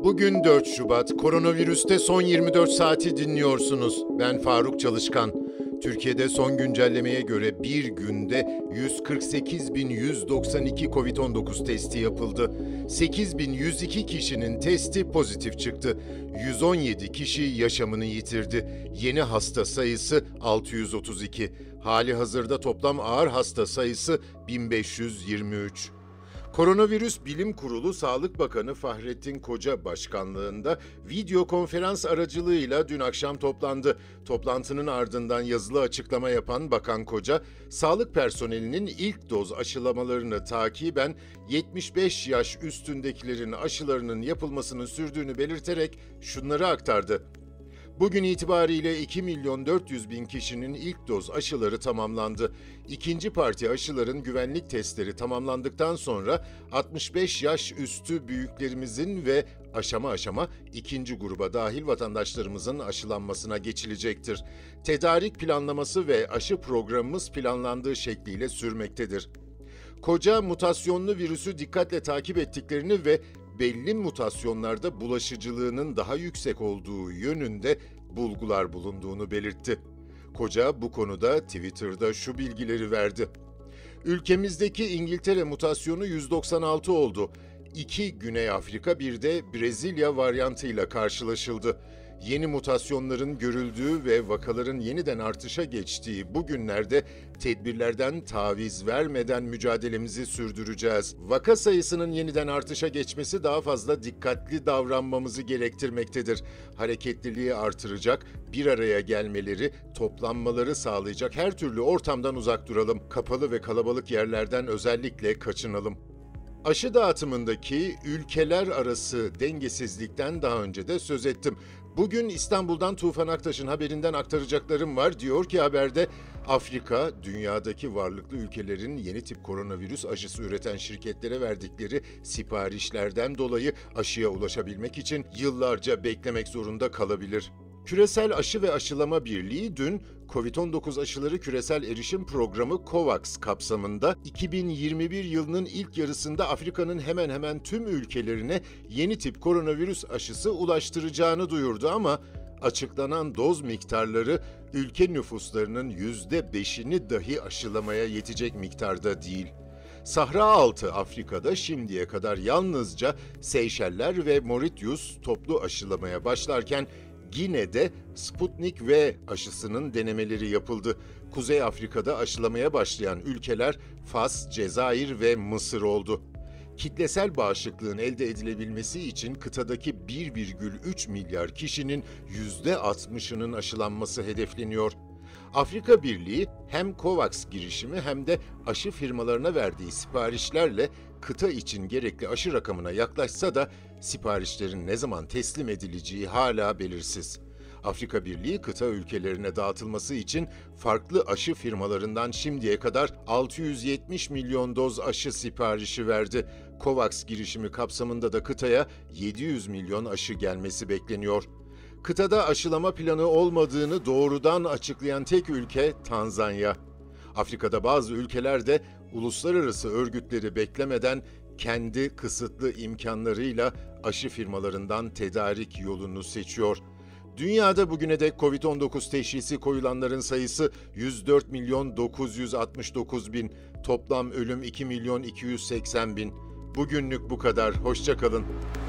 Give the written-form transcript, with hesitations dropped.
Bugün 4 Şubat, koronavirüste son 24 saati dinliyorsunuz. Ben Faruk Çalışkan. Türkiye'de son güncellemeye göre bir günde 148.192 COVID-19 testi yapıldı. 8.102 kişinin testi pozitif çıktı. 117 kişi yaşamını yitirdi. Yeni hasta sayısı 632. Halihazırda toplam ağır hasta sayısı 1523. Koronavirüs Bilim Kurulu Sağlık Bakanı Fahrettin Koca başkanlığında video konferans aracılığıyla dün akşam toplandı. Toplantının ardından yazılı açıklama yapan Bakan Koca, sağlık personelinin ilk doz aşılamalarını takiben 75 yaş üstündekilerin aşılarının yapılmasının sürdüğünü belirterek şunları aktardı. Bugün itibariyle 2.400.000 kişinin ilk doz aşıları tamamlandı. İkinci parti aşıların güvenlik testleri tamamlandıktan sonra 65 yaş üstü büyüklerimizin ve aşama aşama ikinci gruba dahil vatandaşlarımızın aşılanmasına geçilecektir. Tedarik planlaması ve aşı programımız planlandığı şekliyle sürmektedir. Koca mutasyonlu virüsü dikkatle takip ettiklerini ve belli mutasyonlarda bulaşıcılığının daha yüksek olduğu yönünde bulgular bulunduğunu belirtti. Koca bu konuda Twitter'da şu bilgileri verdi. Ülkemizdeki İngiltere mutasyonu 196 oldu. 2 Güney Afrika, bir de Brezilya varyantıyla karşılaşıldı. Yeni mutasyonların görüldüğü ve vakaların yeniden artışa geçtiği bu günlerde tedbirlerden taviz vermeden mücadelemizi sürdüreceğiz. Vaka sayısının yeniden artışa geçmesi daha fazla dikkatli davranmamızı gerektirmektedir. Hareketliliği artıracak, bir araya gelmeleri, toplanmaları sağlayacak her türlü ortamdan uzak duralım. Kapalı ve kalabalık yerlerden özellikle kaçınalım. Aşı dağıtımındaki ülkeler arası dengesizlikten daha önce de söz ettim. Bugün İstanbul'dan Tufan Aktaş'ın haberinden aktaracaklarım var. Diyor ki haberde, Afrika, dünyadaki varlıklı ülkelerin yeni tip koronavirüs aşısı üreten şirketlere verdikleri siparişlerden dolayı aşıya ulaşabilmek için yıllarca beklemek zorunda kalabilir. Küresel Aşı ve Aşılama Birliği dün COVID-19 aşıları küresel erişim programı COVAX kapsamında 2021 yılının ilk yarısında Afrika'nın hemen hemen tüm ülkelerine yeni tip koronavirüs aşısı ulaştıracağını duyurdu ama açıklanan doz miktarları ülke nüfuslarının %5'ini dahi aşılamaya yetecek miktarda değil. Sahra altı Afrika'da şimdiye kadar yalnızca Seyşeller ve Mauritius toplu aşılamaya başlarken Gine'de Sputnik V aşısının denemeleri yapıldı. Kuzey Afrika'da aşılamaya başlayan ülkeler Fas, Cezayir ve Mısır oldu. Kitlesel bağışıklığın elde edilebilmesi için kıtadaki 1,3 milyar kişinin %60'ının aşılanması hedefleniyor. Afrika Birliği hem COVAX girişimi hem de aşı firmalarına verdiği siparişlerle kıta için gerekli aşı rakamına yaklaşsa da siparişlerin ne zaman teslim edileceği hala belirsiz. Afrika Birliği kıta ülkelerine dağıtılması için farklı aşı firmalarından şimdiye kadar 670 milyon doz aşı siparişi verdi. COVAX girişimi kapsamında da kıtaya 700 milyon aşı gelmesi bekleniyor. Kıtada aşılama planı olmadığını doğrudan açıklayan tek ülke Tanzanya. Afrika'da bazı ülkeler de uluslararası örgütleri beklemeden kendi kısıtlı imkanlarıyla aşı firmalarından tedarik yolunu seçiyor. Dünyada bugüne dek COVID-19 teşhisi koyulanların sayısı 104.969.000, toplam ölüm 2.280.000. Bugünlük bu kadar, hoşça kalın.